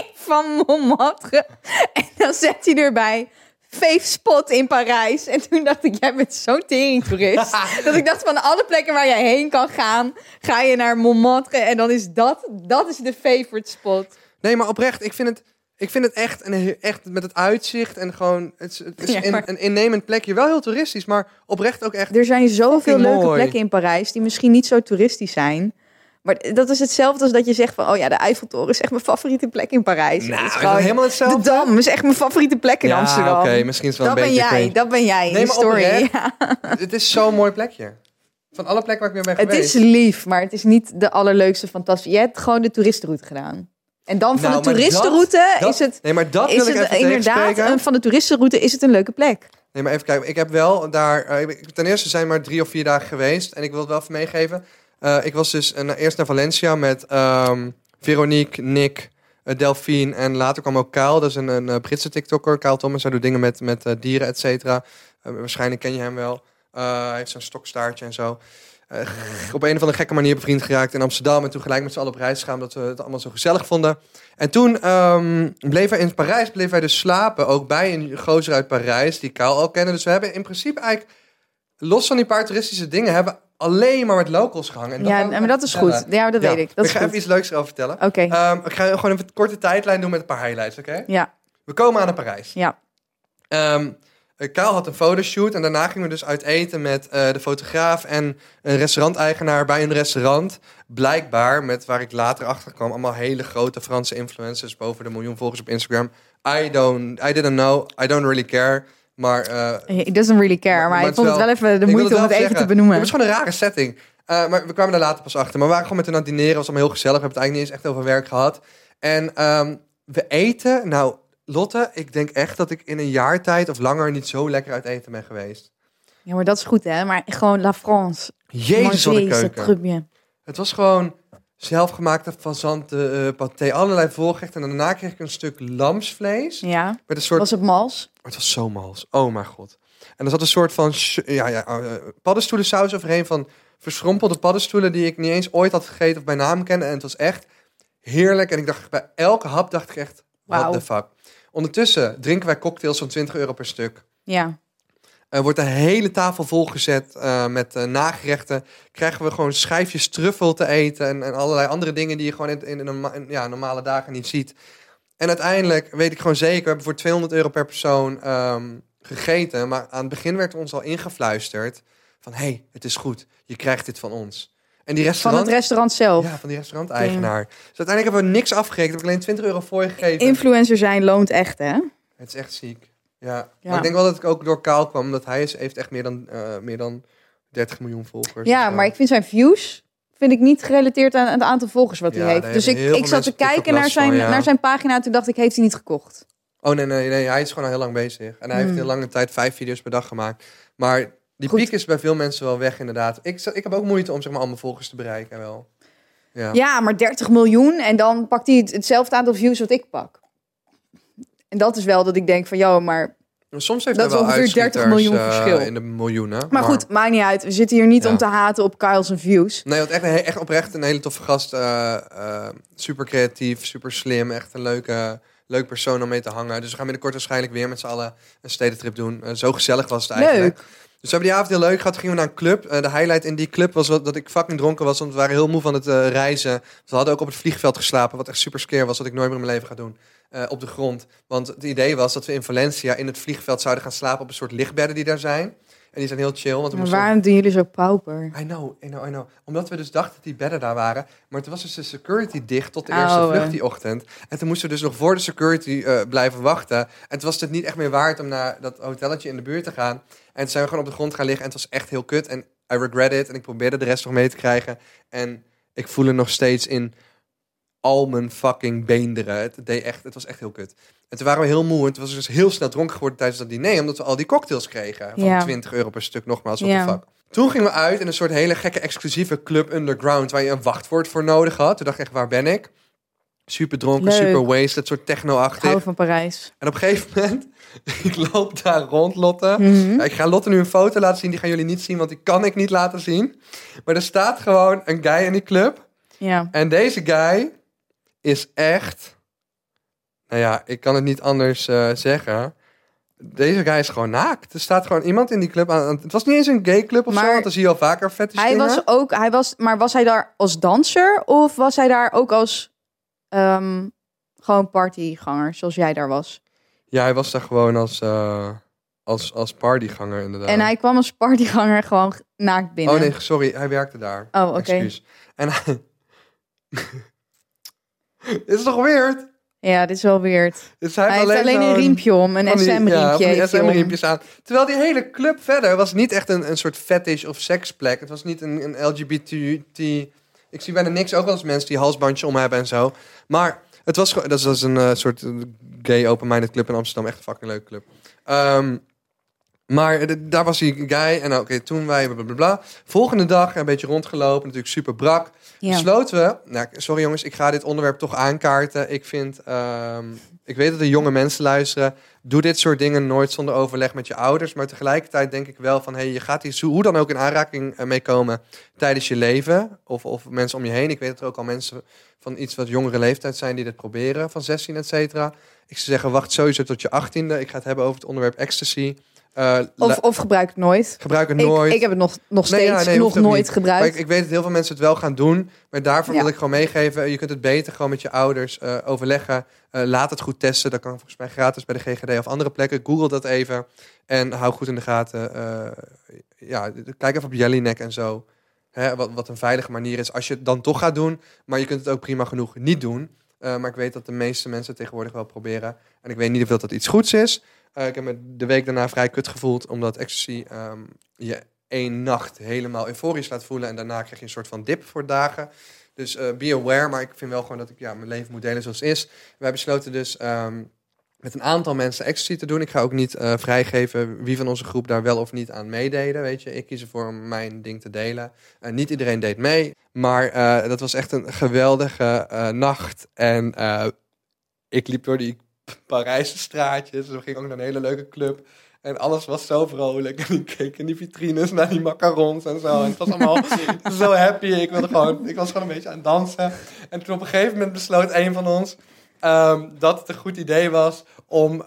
S1: van Montmartre. En dan zet hij erbij fave spot in Parijs. En toen dacht ik, jij bent zo'n teringtoerist. Dat ik dacht, van alle plekken waar jij heen kan gaan, ga je naar Montmartre. En dan is dat is de favorite spot.
S2: Nee, maar oprecht, ik vind het echt met het uitzicht en gewoon, het is een innemend plekje. Wel heel toeristisch, maar oprecht ook echt.
S1: Er zijn zoveel leuke plekken in Parijs die misschien niet zo toeristisch zijn. Maar dat is hetzelfde als dat je zegt van, de Eiffeltoren is echt mijn favoriete plek in Parijs.
S2: Nou, is gewoon helemaal hetzelfde.
S1: De Dam is echt mijn favoriete plek in Amsterdam.
S2: Oké, misschien is het wel een beetje.
S1: Dat ben jij in de story. Ja.
S2: Het is zo'n mooi plekje. Van alle plekken waar ik weer ben geweest.
S1: Het is lief, maar het is niet de allerleukste fantasie. Je hebt gewoon de toeristenroute gedaan. En dan van de toeristenroute is het.
S2: Nee, maar dat wil ik even
S1: inderdaad, van de toeristenroute is het een leuke plek.
S2: Nee, maar even kijken. Ik heb wel daar. Ten eerste zijn maar 3 of 4 dagen geweest. En ik wil het wel even meegeven. Ik was dus eerst naar Valencia met Veronique, Nick, Delphine en later kwam ook Kyle. Dat is een Britse TikToker. Kyle Thomas, hij doet dingen met dieren, et cetera. Waarschijnlijk ken je hem wel. Hij heeft zo'n stokstaartje en zo. Op een of andere gekke manier bevriend geraakt in Amsterdam. En toen gelijk met z'n allen op reis gegaan, omdat we het allemaal zo gezellig vonden. En toen bleef hij in Parijs dus slapen. Ook bij een gozer uit Parijs, die Kyle al kennen. Dus we hebben in principe eigenlijk, los van die paar toeristische dingen, hebben alleen maar met locals gehangen. En
S1: maar dat is goed. Ja, dat weet ik.
S2: Ik ga even iets leuks erover vertellen.
S1: Oké.
S2: Ik ga gewoon even een korte tijdlijn doen met een paar highlights, oké?
S1: Ja.
S2: We komen aan Parijs.
S1: Ja.
S2: Kyle had een fotoshoot en daarna gingen we dus uit eten met de fotograaf en een restauranteigenaar bij een restaurant. Blijkbaar, met waar ik later achter kwam, allemaal hele grote Franse influencers boven de 1 miljoen volgers op Instagram. I didn't know, I don't really care. Maar,
S1: it doesn't really care, maar ik vond het wel even de moeite om het even te benoemen.
S2: Het was gewoon een rare setting. Maar we kwamen daar later pas achter. Maar we waren gewoon met hen aan het dineren. Het was allemaal heel gezellig. We hebben het eigenlijk niet eens echt over werk gehad. En we eten. Nou, Lotte, ik denk echt dat ik in een jaar tijd of langer niet zo lekker uit eten ben geweest.
S1: Ja, maar dat is goed, hè? Maar gewoon La France.
S2: Jezus, wat een
S1: Marseille,
S2: keuken.
S1: dat trubje.
S2: Het was gewoon zelfgemaakte fazanten, paté, allerlei voorgerechten. En daarna kreeg ik een stuk lamsvlees.
S1: Ja.
S2: Met een soort...
S1: Was het mals?
S2: Het was zo mals. Oh mijn god. En er zat een soort van paddenstoelensaus overheen van verschrompelde paddenstoelen die ik niet eens ooit had gegeten of bij naam kende. En het was echt heerlijk. En ik dacht bij elke hap dacht ik echt, what
S1: Wauw.
S2: the fuck. Ondertussen drinken wij cocktails van €20 per stuk.
S1: Ja.
S2: Er wordt de hele tafel volgezet met nagerechten. Krijgen we gewoon schijfjes truffel te eten en allerlei andere dingen die je gewoon in normale dagen niet ziet. En uiteindelijk weet ik gewoon zeker, we hebben voor €200 per persoon gegeten. Maar aan het begin werd ons al ingefluisterd van, hey, het is goed. Je krijgt dit van ons. En die
S1: Van
S2: restaurant...
S1: het restaurant zelf.
S2: Ja, van die restauranteigenaar. Dus uiteindelijk hebben we niks afgerekend. Heb ik alleen €20 voor je gegeven.
S1: Influencer zijn loont echt, hè?
S2: Het is echt ziek. Ja.
S1: Ja.
S2: Maar ik denk wel dat ik ook door Kaal kwam. Omdat hij heeft echt meer dan 30 miljoen volgers.
S1: Ja,
S2: of zo.
S1: maar ik vind zijn views vind ik niet gerelateerd aan het aantal volgers wat
S2: Ja,
S1: hij
S2: daar
S1: heeft. Dus
S2: hebben heel
S1: ik
S2: veel
S1: zat te
S2: mensen op
S1: kijken
S2: TikTok last van, ja.
S1: naar zijn pagina. Toen dacht ik, heeft hij niet gekocht?
S2: Oh nee. Hij is gewoon al heel lang bezig. En hij heeft heel lange tijd 5 video's per dag gemaakt. Maar die
S1: Goed.
S2: piek is bij veel mensen wel weg inderdaad. Ik heb ook moeite om zeg maar al mijn volgers te bereiken wel. Ja.
S1: Ja, maar 30 miljoen en dan pakt hij hetzelfde aantal views wat ik pak. En dat is wel dat ik denk van, joh, maar...
S2: Soms heeft
S1: Dat
S2: hij
S1: is
S2: wel
S1: ongeveer 30
S2: uitschieters,
S1: miljoen verschil.
S2: in de miljoenen.
S1: Maar goed, maakt niet uit. We zitten hier niet
S2: Ja.
S1: om te haten op Kyle's views.
S2: Nee, want echt oprecht een hele toffe gast. Super creatief, super slim. Echt een leuk persoon om mee te hangen. Dus we gaan binnenkort waarschijnlijk weer met z'n allen een stedentrip doen. Zo gezellig was het eigenlijk.
S1: Leuk.
S2: Dus we hebben die avond heel leuk gehad. Toen gingen we naar een club. De highlight in die club was dat ik fucking dronken was. Want we waren heel moe van het reizen. We hadden ook op het vliegveld geslapen. Wat echt super scare was. Wat ik nooit meer in mijn leven ga doen. Op de grond. Want het idee was dat we in Valencia in het vliegveld zouden gaan slapen op een soort lichtbedden die daar zijn. En die zijn heel chill. Want we
S1: Maar
S2: moesten...
S1: waarom doen jullie zo pauper?
S2: I know. Omdat we dus dachten dat die bedden daar waren. Maar toen was dus de security dicht tot de eerste
S1: Oh,
S2: vlucht die ochtend. En toen moesten we dus nog voor de security blijven wachten. En toen was het niet echt meer waard om naar dat hotelletje in de buurt te gaan. En toen zijn we gewoon op de grond gaan liggen. En het was echt heel kut. En I regret it. En ik probeerde de rest nog mee te krijgen. En ik voel er nog steeds in al mijn fucking beenderen. Het was echt heel kut. En toen waren we heel moe. En toen was ik dus heel snel dronken geworden tijdens dat diner. Omdat we al die cocktails kregen. Van
S1: Ja.
S2: €20 per stuk nogmaals. What
S1: Ja.
S2: the fuck. Toen gingen we uit in een soort hele gekke exclusieve club underground. Waar je een wachtwoord voor nodig had. Toen dacht ik echt, waar ben ik? Super dronken,
S1: Leuk.
S2: super wasted. Soort
S1: Ik
S2: techno-achtig.
S1: hou van Parijs.
S2: En op een gegeven moment, ik loop daar rond, Lotte.
S1: Mhm.
S2: Ja, ik ga Lotte nu een foto laten zien. Die gaan jullie niet zien, want die kan ik niet laten zien. Maar er staat gewoon een guy in die club.
S1: Ja.
S2: En deze guy is echt... Nou ja, ik kan het niet anders zeggen. Deze guy is gewoon naakt. Er staat gewoon iemand in die club aan. Het was niet eens een gay club of zo,
S1: Maar
S2: want dan zie je al vaker fetish dingen.
S1: Maar was hij daar als danser of was hij daar ook als gewoon partyganger, zoals jij daar was?
S2: Ja, hij was daar gewoon als partyganger inderdaad.
S1: En hij kwam als partyganger gewoon naakt binnen.
S2: Oh nee, sorry, hij werkte daar.
S1: Oh, oké.
S2: Excuus. En hij... Dit is toch weird?
S1: Ja, dit is wel weird.
S2: Dus
S1: Hij heeft alleen een
S2: zo'n-
S1: riempje om, een
S2: van die-
S1: SM-riempje.
S2: Ja, van die
S1: heeft hij om.
S2: SM-riempjes aan. Terwijl die hele club verder was niet echt een soort fetish of seksplek. Het was niet een LGBT... Ik zie bijna niks, ook wel eens mensen die halsbandjes om hebben en zo. Maar het was gewoon... Dat is een soort gay open-minded club in Amsterdam. Echt een fucking leuke club. Maar daar was die guy. En oké, toen wij blablabla. Volgende dag een beetje rondgelopen. Natuurlijk super brak.
S1: Ja.
S2: Besloten we... Nou, sorry jongens, ik ga dit onderwerp toch aankaarten. Ik vind... ik weet dat er jonge mensen luisteren. Doe dit soort dingen nooit zonder overleg met je ouders. Maar tegelijkertijd denk ik wel van... Hey, je gaat hier hoe dan ook in aanraking mee komen tijdens je leven. Of mensen om je heen. Ik weet dat er ook al mensen van iets wat jongere leeftijd zijn die dit proberen. Van 16, et cetera. Ik zou zeggen, wacht sowieso tot je 18e. Ik ga het hebben over het onderwerp ecstasy.
S1: Of gebruik het nooit.
S2: Gebruik het nooit.
S1: Ik heb het nog
S2: Nee,
S1: steeds
S2: ja, nee,
S1: nog
S2: hoeft ook
S1: nooit
S2: niet.
S1: gebruikt.
S2: Maar ik weet dat heel veel mensen het wel gaan doen. Maar daarvoor
S1: Ja.
S2: wil ik gewoon meegeven. Je kunt het beter gewoon met je ouders overleggen. Laat het goed testen. Dat kan volgens mij gratis bij de GGD of andere plekken. Google dat even. En hou goed in de gaten. Kijk even op Jellyneck en zo. Hè, wat een veilige manier is. Als je het dan toch gaat doen. Maar je kunt het ook prima genoeg niet doen. Maar ik weet dat de meeste mensen het tegenwoordig wel proberen. En ik weet niet of dat iets goeds is. Ik heb me de week daarna vrij kut gevoeld. Omdat ecstasy je 1 nacht helemaal euforisch laat voelen. En daarna krijg je een soort van dip voor dagen. Dus be aware. Maar ik vind wel gewoon dat ik mijn leven moet delen zoals het is. Wij besloten dus met een aantal mensen ecstasy te doen. Ik ga ook niet vrijgeven wie van onze groep daar wel of niet aan meededen. Weet je, ik kies ervoor om mijn ding te delen. Niet iedereen deed mee, maar dat was echt een geweldige nacht. En ik liep door die Parijse straatjes. We gingen ook naar een hele leuke club. En alles was zo vrolijk. En ik keek in die vitrines naar die macarons en zo. En het was allemaal zo happy. Ik was gewoon een beetje aan het dansen. En toen op een gegeven moment besloot een van ons dat het een goed idee was om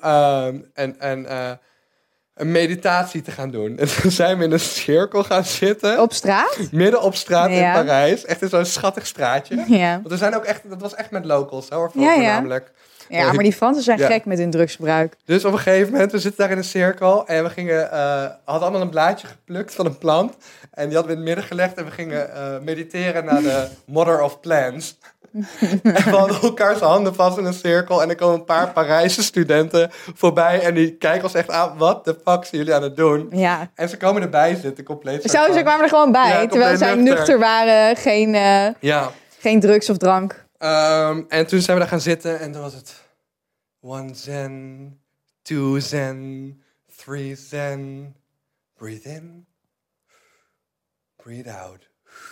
S2: een meditatie te gaan doen. En toen zijn we in een cirkel gaan zitten.
S1: Op straat?
S2: Midden op straat in
S1: Ja.
S2: Parijs. Echt in zo'n schattig straatje.
S1: Ja.
S2: Want we zijn ook echt, dat was echt met locals, hoor,
S1: Ja, ja.
S2: voornamelijk.
S1: Ja, maar die Fransen zijn
S2: Ja.
S1: gek met hun drugsgebruik.
S2: Dus op een gegeven moment, we zitten daar in een cirkel en we hadden allemaal een blaadje geplukt van een plant. En die hadden we in het midden gelegd en we gingen mediteren naar de Mother of Plants. En we hadden elkaars handen vast in een cirkel en er komen een paar Parijse studenten voorbij en die kijken ons echt aan, wat de fuck zijn jullie aan het doen?
S1: Ja.
S2: En ze komen erbij zitten, compleet.
S1: Ze kwamen er gewoon bij,
S2: Ja,
S1: terwijl zij
S2: compleet
S1: nuchter waren,
S2: Ja.
S1: geen drugs of drank.
S2: En toen zijn we daar gaan zitten en toen was het 1 zen, 2 zen, 3 zen. Breathe in, breathe out.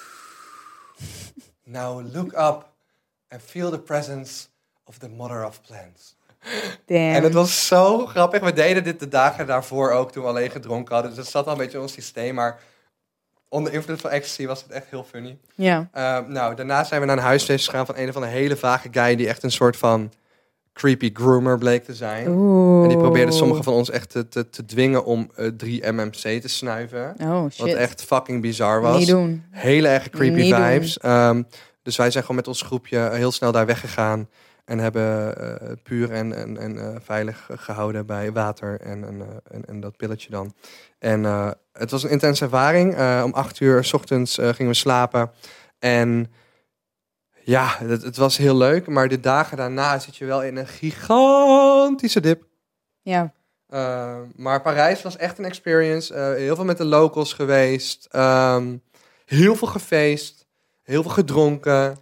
S2: Now look up and feel the presence of the mother of plants.
S1: Damn.
S2: En het was zo grappig. We deden dit de dagen daarvoor ook toen we alleen gedronken hadden. Dus het zat al een beetje in ons systeem. Maar onder invloed van ecstasy was het echt heel funny.
S1: Ja.
S2: Daarna zijn we naar een huisfeest gegaan van een of andere hele vage guy die echt een soort van creepy groomer bleek te zijn.
S1: Oeh.
S2: En die probeerde sommigen van ons echt te dwingen om 3 MMC te snuiven.
S1: Oh, shit.
S2: Wat echt fucking bizar was.
S1: Niet doen.
S2: Hele erg creepy
S1: Niet doen.
S2: vibes. Dus wij zijn gewoon met ons groepje heel snel daar weggegaan. En hebben puur en veilig gehouden bij water en dat pilletje dan. En het was een intense ervaring. Om 8:00 's ochtends gingen we slapen. En ja, het was heel leuk. Maar de dagen daarna zit je wel in een gigantische dip.
S1: Ja.
S2: Maar Parijs was echt een experience. Heel veel met de locals geweest. Heel veel gefeest. Heel veel gedronken.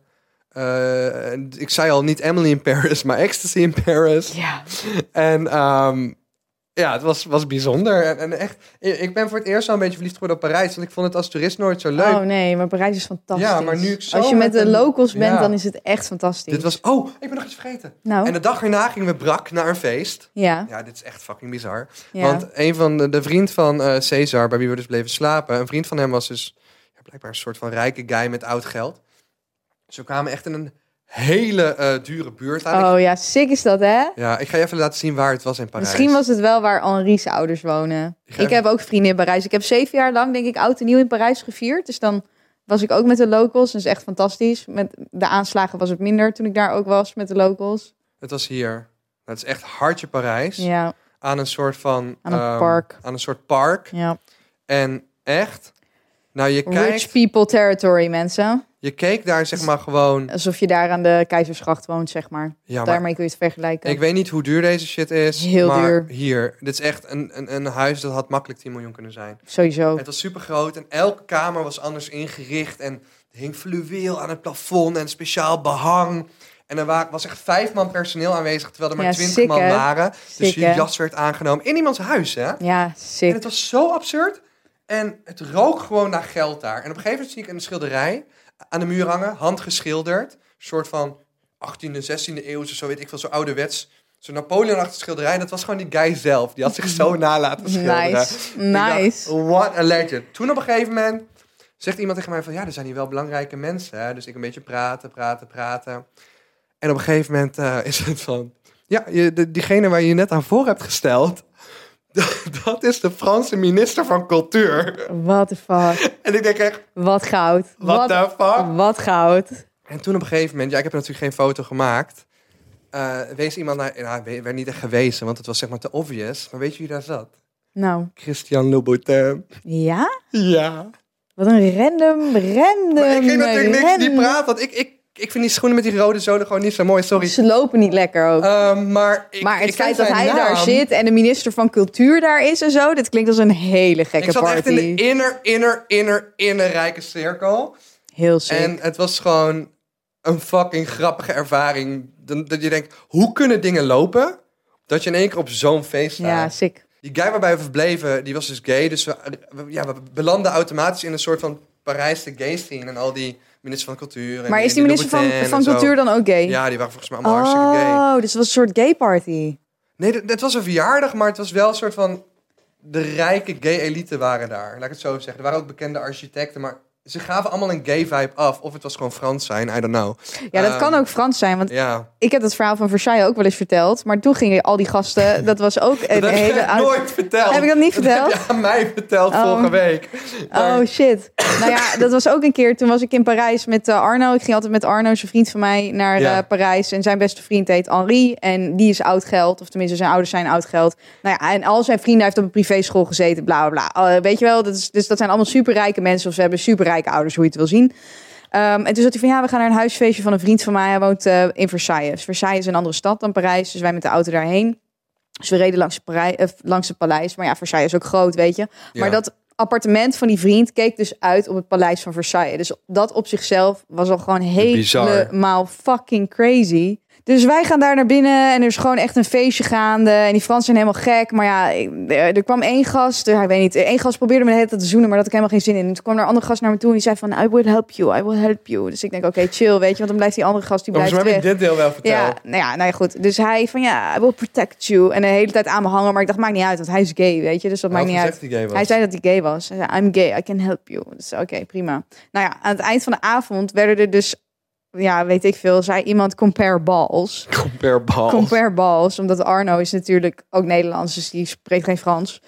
S2: Ik zei al, niet Emily in Paris, maar Ecstasy in Paris.
S1: Ja.
S2: En ja, het was bijzonder. En echt, ik ben voor het eerst zo een beetje verliefd geworden op Parijs. Want ik vond het als toerist nooit zo leuk.
S1: Oh nee, maar Parijs is fantastisch.
S2: Ja, maar nu ik zo
S1: als je met de
S2: een-
S1: locals bent,
S2: Ja.
S1: dan is het echt fantastisch.
S2: Dit was, oh, ik ben nog iets vergeten.
S1: Nou,
S2: En de dag erna gingen we brak naar een feest.
S1: ja.
S2: Ja, dit is echt fucking bizar.
S1: Ja.
S2: Want een van de vriend van Cesar, bij wie we dus bleven slapen, een vriend van hem was dus blijkbaar een soort van rijke guy met oud geld. Dus we kwamen echt in een hele dure buurt aan.
S1: Oh ja, sick is dat, hè?
S2: Ja, ik ga je even laten zien waar het was in Parijs.
S1: Misschien was het wel waar Henri's ouders wonen.
S2: ga-
S1: Ik heb ook vrienden in Parijs. Ik heb 7 jaar lang, denk ik, oud en nieuw in Parijs gevierd. Dus dan was ik ook met de locals. Dat is echt fantastisch. Met de aanslagen was het minder toen ik daar ook was met de locals.
S2: Het was hier. Het is echt hartje Parijs.
S1: Ja,
S2: Aan een soort van...
S1: Aan een park.
S2: Aan een soort park.
S1: ja.
S2: En echt... Nou,
S1: Rich people territory, mensen.
S2: je keek daar zeg maar gewoon...
S1: Alsof je daar aan de Keizersgracht woont, zeg maar.
S2: Ja, maar
S1: Daarmee kun je het vergelijken.
S2: ik weet niet hoe duur deze shit is.
S1: Heel
S2: maar
S1: duur.
S2: hier. Dit is echt een huis dat had makkelijk 10 miljoen kunnen zijn.
S1: Sowieso.
S2: Het was super groot en elke kamer was anders ingericht. En er hing fluweel aan het plafond en speciaal behang. En er was echt 5 man personeel aanwezig, terwijl er maar
S1: Ja,
S2: 20
S1: sick,
S2: man
S1: hè?
S2: waren. Dus
S1: Sick,
S2: je
S1: hè?
S2: jas werd aangenomen in iemands huis, hè?
S1: Ja,
S2: En
S1: sick.
S2: het was zo absurd. En het rook gewoon naar geld daar. En op een gegeven moment zie ik een schilderij aan de muur hangen, handgeschilderd. Een soort van 18e, 16e eeuw, zo weet ik veel, zo ouderwets. Zo'n Napoleon-achtige schilderij. En dat was gewoon die guy zelf. Die had zich zo na laten schilderen.
S1: Nice.
S2: Ik dacht,
S1: Nice.
S2: what a legend. Toen op een gegeven moment zegt iemand tegen mij van... Ja, er zijn hier wel belangrijke mensen. Hè? Dus ik een beetje praten. En op een gegeven moment is het van... Ja, diegene waar je je net aan voor hebt gesteld... Dat is de Franse minister van Cultuur.
S1: What the fuck.
S2: En ik denk echt,
S1: Wat goud.
S2: what the fuck?
S1: Wat goud.
S2: En toen op een gegeven moment, ja, ik heb natuurlijk geen foto gemaakt. Wees iemand naar, nou, werd niet echt gewezen, want het was zeg maar te obvious. Maar weet je wie daar zat?
S1: Nou,
S2: Christian Louboutin.
S1: ja?
S2: Ja.
S1: Wat een random.
S2: Maar ik ging natuurlijk niks die praat, want ik vind die schoenen met die rode zolen gewoon niet zo mooi, sorry.
S1: Ze lopen niet lekker ook.
S2: Maar
S1: maar het
S2: ik ken
S1: feit dat
S2: zijn
S1: hij daar
S2: naam.
S1: zit en de minister van Cultuur daar is en zo, dit klinkt als een hele gekke
S2: Ik zat
S1: party.
S2: echt in de inner rijke cirkel.
S1: Heel sick.
S2: En het was gewoon een fucking grappige ervaring. Dat je denkt, hoe kunnen dingen lopen? Dat je in één keer op zo'n feest staat.
S1: Ja, sick.
S2: Die guy waarbij we verbleven, die was dus gay. Dus we belanden automatisch in een soort van Parijse gay scene. En al die minister van cultuur. En
S1: Maar is die minister van cultuur dan ook gay?
S2: Ja, die waren volgens mij allemaal hartstikke gay.
S1: Oh, dus het was een soort gay party.
S2: Nee, het was een verjaardag, maar het was wel een soort van... De rijke gay elite waren daar, laat ik het zo zeggen. Er waren ook bekende architecten, maar ze gaven allemaal een gay vibe af. Of het was gewoon Frans zijn, I don't know.
S1: Ja, dat kan ook Frans zijn, want
S2: ja.
S1: ik heb dat verhaal van Versailles ook wel eens verteld. Maar toen gingen al die gasten, dat was ook een
S2: dat
S1: hele...
S2: heb ik nooit verteld.
S1: Heb ik dat niet verteld?
S2: Dat heb je aan mij verteld vorige week. Maar...
S1: Oh, shit. Nou ja, dat was ook een keer, toen was ik in Parijs met Arno. Ik ging altijd met Arno, zijn vriend van mij, naar Parijs. En zijn beste vriend heet Henri. En die is oud geld, of tenminste zijn ouders zijn oud geld. Nou ja, en al zijn vrienden heeft op een privéschool gezeten, bla bla bla. Weet je wel, dus dat zijn allemaal superrijke mensen. Of ze hebben superrijke ouders, hoe je het wil zien. En toen zat hij van, ja, we gaan naar een huisfeestje van een vriend van mij. Hij woont in Versailles. Versailles is een andere stad dan Parijs. Dus wij met de auto daarheen. Dus we reden langs het paleis. Maar ja, Versailles is ook groot, weet je. Ja. Maar dat appartement van die vriend keek dus uit op het paleis van Versailles. Dus dat op zichzelf was al gewoon helemaal fucking crazy. Dus wij gaan daar naar binnen en er is gewoon echt een feestje gaande. En die Fransen zijn helemaal gek. Maar ja, er kwam één gast. Ik weet niet, één gast probeerde me de hele tijd te zoenen, maar dat had ik helemaal geen zin in. En toen kwam er een andere gast naar me toe en die zei van, I will help you. Dus ik denk, oké, chill, weet je. Want dan blijft die andere gast, die blijft weg.
S2: Volgens mij heb ik dit deel wel verteld.
S1: Ja, nou ja, goed. Dus hij van, ja, I will protect you. En de hele tijd aan me hangen. Maar ik dacht, maakt niet uit, want hij is gay, weet je. Dus dat maakt niet uit. Hij zei dat hij gay was. Hij zei, I'm gay, I can help you. Dus oké, prima. Nou ja, aan het eind van de avond werden er dus... Ja, weet ik veel. Zei iemand compare balls. Compare balls. Omdat Arno is natuurlijk ook Nederlands. Dus die spreekt geen Frans.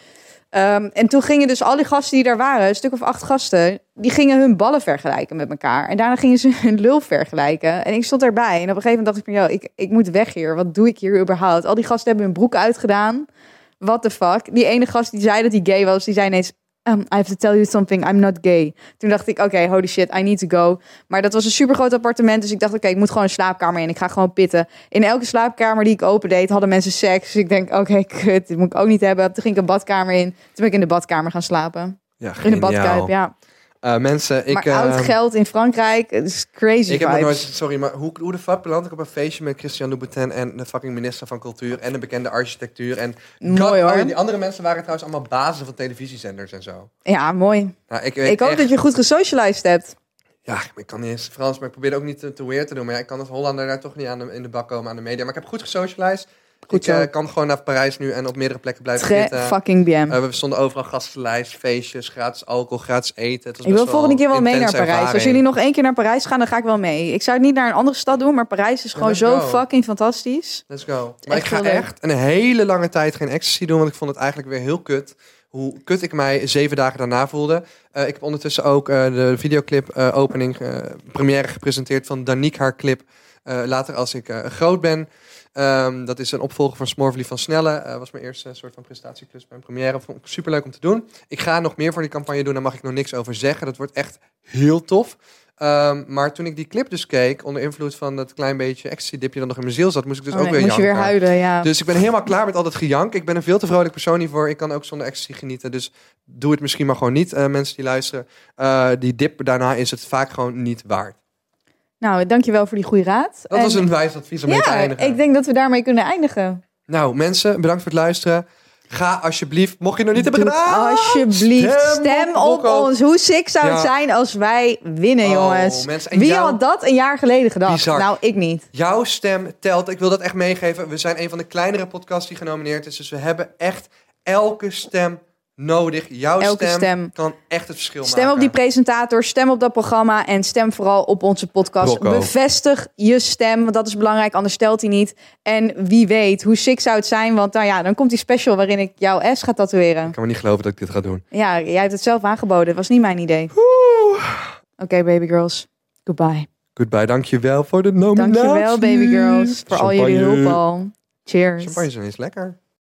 S1: En toen gingen dus al die gasten die daar waren. Een stuk of 8 gasten. Die gingen hun ballen vergelijken met elkaar. En daarna gingen ze hun lul vergelijken. En ik stond erbij. En op een gegeven moment dacht ik van... Yo, ik moet weg hier. Wat doe ik hier überhaupt? Al die gasten hebben hun broek uitgedaan. What the fuck? Die ene gast die zei dat hij gay was. Die zei ineens... I have to tell you something, I'm not gay. Toen dacht ik, oké, holy shit, I need to go. Maar dat was een supergroot appartement, dus ik dacht, oké, ik moet gewoon een slaapkamer in. Ik ga gewoon pitten. In elke slaapkamer die ik opendeed, hadden mensen seks. Dus ik denk, oké, kut, dit moet ik ook niet hebben. Toen ging ik een badkamer in. Toen ben ik in de badkamer gaan slapen.
S2: Ja,
S1: in de badkuip, ja.
S2: Mensen,
S1: maar oud geld in Frankrijk, het is crazy.
S2: Ik heb nog nooit, sorry, maar hoe de fuck beland ik op een feestje met Christian Louboutin en de fucking minister van cultuur en de bekende architectuur en
S1: mooi hoor.
S2: Die andere mensen waren trouwens allemaal bazen van televisiezenders en zo.
S1: Ja, mooi.
S2: Nou,
S1: ik hoop dat je goed gesocialized hebt.
S2: Ja, ik kan niet eens Frans, maar ik probeer ook niet te weird te doen. Maar ja, ik kan als Hollander daar toch niet in de bak komen aan de media. Maar ik heb goed gesocialized. Ik kan gewoon naar Parijs nu en op meerdere plekken blijven zitten.
S1: Fucking bien.
S2: We stonden overal gastenlijst, feestjes, gratis alcohol, gratis eten. Het was
S1: ik wil volgende keer wel mee naar Parijs.
S2: Ervaring.
S1: Als jullie nog 1 keer naar Parijs gaan, dan ga ik wel mee. Ik zou het niet naar een andere stad doen, maar Parijs is gewoon zo fucking fantastisch.
S2: Let's go. Maar ik ga echt een hele lange tijd geen ecstasy doen, want ik vond het eigenlijk weer heel kut. Hoe kut ik mij 7 dagen daarna voelde. Ik heb ondertussen ook de videoclip opening première gepresenteerd van Danique, haar clip. Later als ik groot ben. Dat is een opvolger van Smorverliefd van Snelle. Was mijn eerste soort van presentatieklus bij een première. Vond ik superleuk om te doen. Ik ga nog meer voor die campagne doen. Daar mag ik nog niks over zeggen. Dat wordt echt heel tof. Maar toen ik die clip dus keek, onder invloed van dat klein beetje ecstasy-dipje dat nog in mijn ziel zat, moest ik dus ook weer janken.
S1: Moest je weer huilen, ja.
S2: Dus ik ben helemaal klaar met al dat gejank. Ik ben een veel te vrolijk persoon hiervoor. Ik kan ook zonder ecstasy genieten. Dus doe het misschien maar gewoon niet, mensen die luisteren. Die dip daarna is het vaak gewoon niet waard.
S1: Nou, dankjewel voor die goede raad.
S2: Dat was een wijs advies om mee te eindigen.
S1: Ik denk dat we daarmee kunnen eindigen.
S2: Nou, mensen, bedankt voor het luisteren. Ga alsjeblieft, mocht je nog niet hebben gedaan...
S1: Alsjeblieft, stem op ons. Hoe sick zou het zijn als wij winnen, jongens.
S2: Mensen,
S1: wie had dat een jaar geleden gedacht?
S2: Bizar.
S1: Nou, ik niet.
S2: Jouw stem telt. Ik wil dat echt meegeven. We zijn een van de kleinere podcasts die genomineerd is. Dus we hebben echt elke stem nodig. Jouw stem kan echt het verschil maken.
S1: Stem op die presentator, stem op dat programma en stem vooral op onze podcast.
S2: Rocco.
S1: Bevestig je stem, want dat is belangrijk, anders stelt hij niet. En wie weet, hoe sick zou het zijn, want nou ja, dan komt die special waarin ik jouw S ga tatoeëren.
S2: Ik kan me niet geloven dat ik dit ga doen.
S1: Ja, jij hebt het zelf aangeboden. Het was niet mijn idee. Oké, baby girls. Goodbye.
S2: Goodbye, dankjewel voor de nominatie.
S1: Dankjewel, baby girls, voor al jullie hulp al. Cheers.
S2: Champagne is lekker.